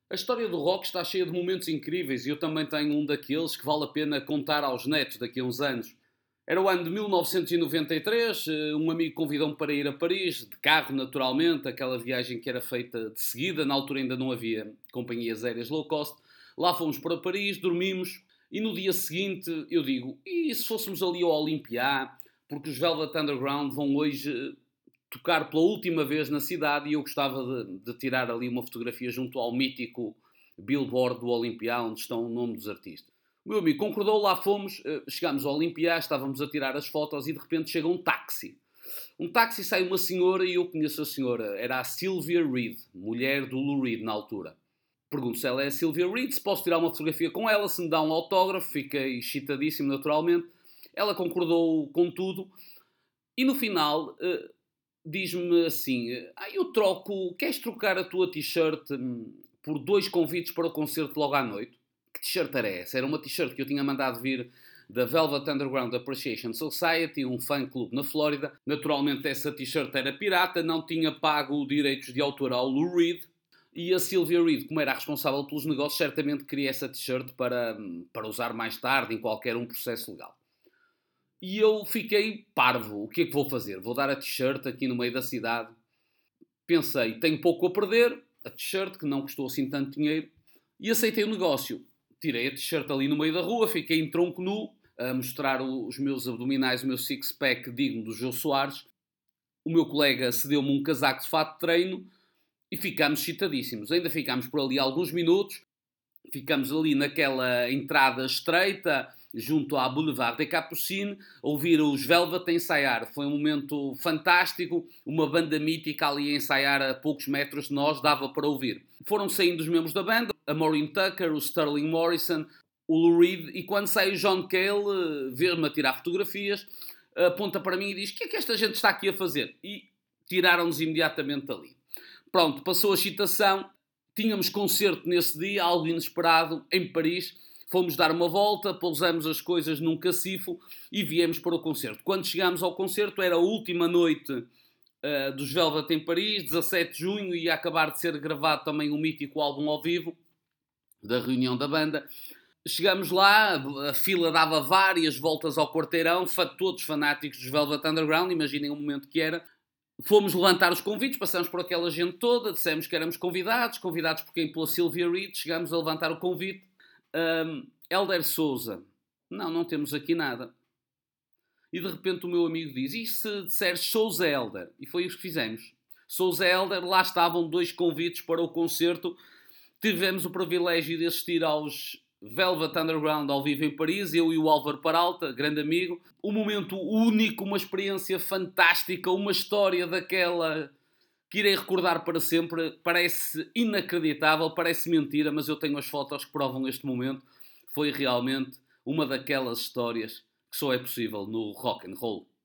A história do rock está cheia de momentos incríveis e eu também tenho um daqueles que vale a pena contar aos netos daqui a uns anos. Era o ano de 1993, um amigo convidou-me para ir a Paris, de carro naturalmente, aquela viagem que era feita de seguida, na altura ainda não havia companhias aéreas low cost. Lá fomos para Paris, dormimos e no dia seguinte eu digo, e se fôssemos ali ao Olympia, porque os Velvet Underground vão hoje tocar pela última vez na cidade e eu gostava de tirar ali uma fotografia junto ao mítico billboard do Olympia, onde estão o nome dos artistas. O meu amigo concordou, lá fomos, chegámos ao Olympia, estávamos a tirar as fotos e de repente chega um táxi. Um táxi, sai uma senhora e eu conheço a senhora, era a Sylvia Reed, mulher do Lou Reed na altura. Pergunto se ela é a Sylvia Reed, se posso tirar uma fotografia com ela, se me dá um autógrafo, fiquei excitadíssimo naturalmente. Ela concordou com tudo e no final diz-me assim, eu troco, queres trocar a tua t-shirt por 2 convites para o concerto logo à noite? Que t-shirt era essa? Era uma t-shirt que eu tinha mandado vir da Velvet Underground Appreciation Society, um fã-clube na Flórida. Naturalmente essa t-shirt era pirata, não tinha pago direitos de autor ao Lou Reed. E a Sylvia Reed, como era a responsável pelos negócios, certamente queria essa t-shirt para usar mais tarde em qualquer processo legal. E eu fiquei parvo. O que é que vou fazer? Vou dar a t-shirt aqui no meio da cidade. Pensei, tenho pouco a perder, a t-shirt, que não custou assim tanto dinheiro, e aceitei o negócio. Tirei a t-shirt ali no meio da rua, fiquei em tronco nu, a mostrar os meus abdominais, o meu six-pack digno do Jô Soares. O meu colega cedeu-me um casaco de fato de treino e ficámos excitadíssimos. Ainda ficámos por ali alguns minutos, ficamos ali naquela entrada estreita, junto à Boulevard des Capucines, a ouvir os Velvet a ensaiar. Foi um momento fantástico, uma banda mítica ali a ensaiar a poucos metros de nós, dava para ouvir. Foram saindo os membros da banda, a Maureen Tucker, o Sterling Morrison, o Lou Reed, e quando sai o John Cale, vê-me a tirar fotografias, aponta para mim e diz, o que é que esta gente está aqui a fazer? E tiraram-nos imediatamente dali. Pronto, passou a excitação, tínhamos concerto nesse dia, algo inesperado, em Paris. Fomos dar uma volta, pousamos as coisas num cacifo e viemos para o concerto. Quando chegámos ao concerto, era a última noite dos Velvet em Paris, 17 de junho, e ia acabar de ser gravado também um mítico álbum ao vivo da reunião da banda. Chegámos lá, a fila dava várias voltas ao quarteirão, todos fanáticos dos Velvet Underground, imaginem o momento que era. Fomos levantar os convites, passamos por aquela gente toda, dissemos que éramos convidados por quem? Pela Sylvia Reed, chegámos a levantar o convite. Helder Souza, não temos aqui nada. E de repente o meu amigo diz, e se disseres Souza Helder? E foi isso que fizemos. Souza Helder, lá estavam 2 convites para o concerto. Tivemos o privilégio de assistir aos Velvet Underground ao vivo em Paris, eu e o Álvaro Peralta, grande amigo. Um momento único, uma experiência fantástica, uma história daquela que irei recordar para sempre. Parece inacreditável, parece mentira, mas eu tenho as fotos que provam este momento. Foi realmente uma daquelas histórias que só é possível no rock and roll.